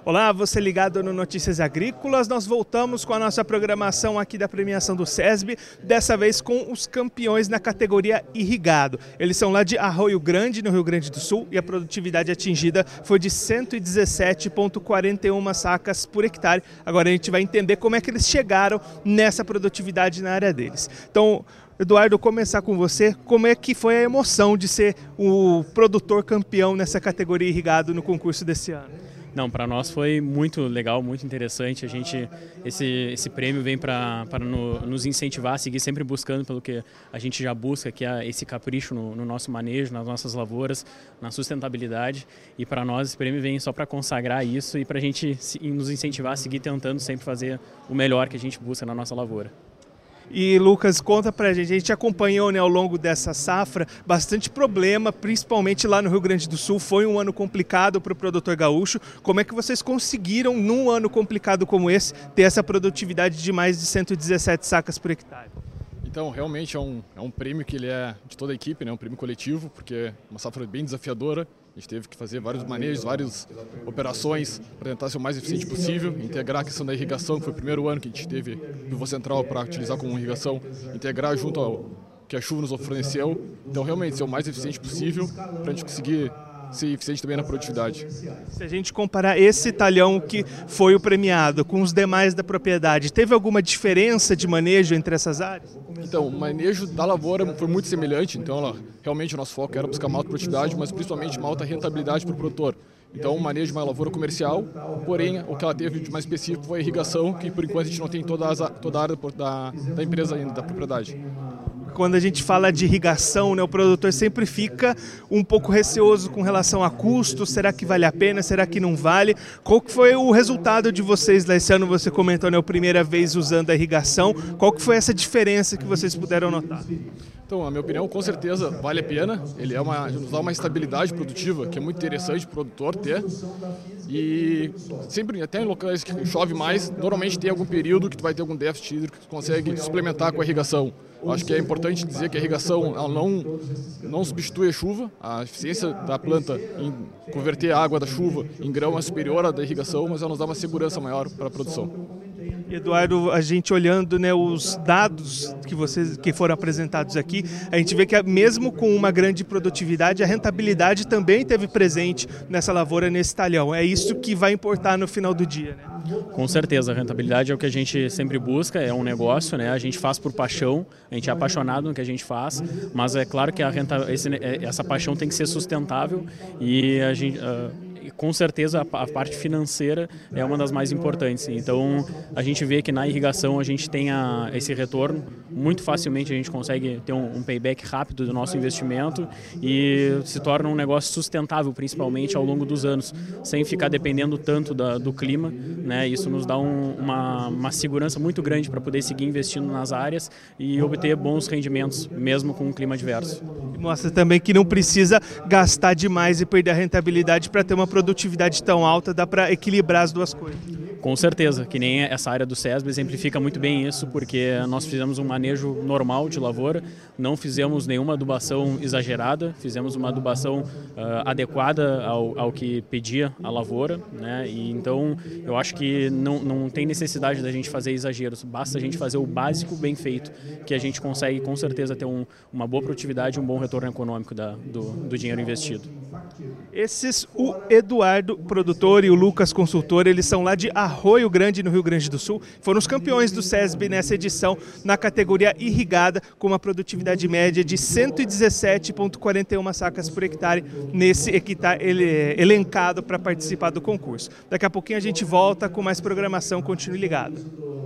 Olá, você ligado no Notícias Agrícolas, nós voltamos com a nossa programação aqui da premiação do SESB, dessa vez com os campeões na categoria irrigado. Eles são lá de Arroio Grande, no Rio Grande do Sul, e a produtividade atingida foi de 117,41 sacas por hectare. Agora a gente vai entender como é que eles chegaram nessa produtividade na área deles. Então, Eduardo, começar com você, como é que foi a emoção de ser o produtor campeão nessa categoria irrigado no concurso desse ano? Não, para nós foi muito legal, muito interessante. Esse prêmio vem para nos incentivar a seguir sempre buscando pelo que a gente já busca, que é esse capricho no nosso manejo, nas nossas lavouras, na sustentabilidade. E para nós esse prêmio vem só para consagrar isso e para a gente nos incentivar a seguir tentando sempre fazer o melhor que a gente busca na nossa lavoura. E Lucas, conta pra gente, a gente acompanhou, né, ao longo dessa safra bastante problema, principalmente lá no Rio Grande do Sul. Foi um ano complicado para o produtor gaúcho. Como é que vocês conseguiram, num ano complicado como esse, ter essa produtividade de mais de 117 sacas por hectare? Então, realmente é um prêmio que ele é de toda a equipe, né? Um prêmio coletivo, porque é uma safra bem desafiadora. A gente teve que fazer vários manejos, várias operações para tentar ser o mais eficiente possível, integrar a questão da irrigação, que foi o primeiro ano que a gente teve pivô central para utilizar como irrigação, integrar junto ao que a chuva nos forneceu. Então, realmente, ser o mais eficiente possível para a gente conseguir ser eficiente também na produtividade. Se a gente comparar esse talhão que foi o premiado com os demais da propriedade, teve alguma diferença de manejo entre essas áreas? Então, o manejo da lavoura foi muito semelhante, então realmente o nosso foco era buscar uma alta produtividade, mas principalmente uma alta rentabilidade para o produtor. Então, o manejo de uma lavoura comercial, porém, o que ela teve de mais específico foi a irrigação, que por enquanto a gente não tem toda a área da empresa ainda, da propriedade. Quando a gente fala de irrigação, né, o produtor sempre fica um pouco receoso com relação a custo. Será que vale a pena? Será que não vale? Qual que foi o resultado de vocês lá esse ano? Você comentou, né, a primeira vez usando a irrigação. Qual que foi essa diferença que vocês puderam notar? Então, na minha opinião, com certeza vale a pena. Ele nos dá uma estabilidade produtiva que é muito interessante para o produtor ter. E sempre, até em locais que chove mais, normalmente tem algum período que tu vai ter algum déficit hídrico que tu consegue suplementar com a irrigação. Eu acho que é importante dizer que a irrigação ela não substitui a chuva. A eficiência da planta em converter a água da chuva em grão é superior à da irrigação, mas ela nos dá uma segurança maior para a produção. Eduardo, a gente olhando, né, os dados que foram apresentados aqui, a gente vê que mesmo com uma grande produtividade, a rentabilidade também esteve presente nessa lavoura, nesse talhão. É isso que vai importar no final do dia, né? Com certeza, a rentabilidade é o que a gente sempre busca, é um negócio, né? A gente faz por paixão, a gente é apaixonado no que a gente faz, mas é claro que essa paixão tem que ser sustentável e a gente... com certeza a parte financeira é uma das mais importantes. Então a gente vê que na irrigação a gente tem esse retorno, muito facilmente a gente consegue ter um payback rápido do nosso investimento e se torna um negócio sustentável, principalmente ao longo dos anos, sem ficar dependendo tanto do clima, né? Isso nos dá uma segurança muito grande para poder seguir investindo nas áreas e obter bons rendimentos, mesmo com um clima adverso. E mostra também que não precisa gastar demais e perder a rentabilidade para ter uma produtividade tão alta, dá para equilibrar as duas coisas. Com certeza, que nem essa área do SESB exemplifica muito bem isso, porque nós fizemos um manejo normal de lavoura, não fizemos nenhuma adubação exagerada, fizemos uma adubação adequada ao que pedia a lavoura, né? E então eu acho que não tem necessidade da gente fazer exageros, basta a gente fazer o básico bem feito, que a gente consegue com certeza ter uma boa produtividade e um bom retorno econômico do dinheiro investido. O Eduardo, produtor, e o Lucas, consultor, eles são lá de Arroio Grande, no Rio Grande do Sul. Foram os campeões do SESB nessa edição, na categoria irrigada, com uma produtividade média de 117,41 sacas por hectare, nesse hectare elencado para participar do concurso. Daqui a pouquinho a gente volta com mais programação, continue ligado.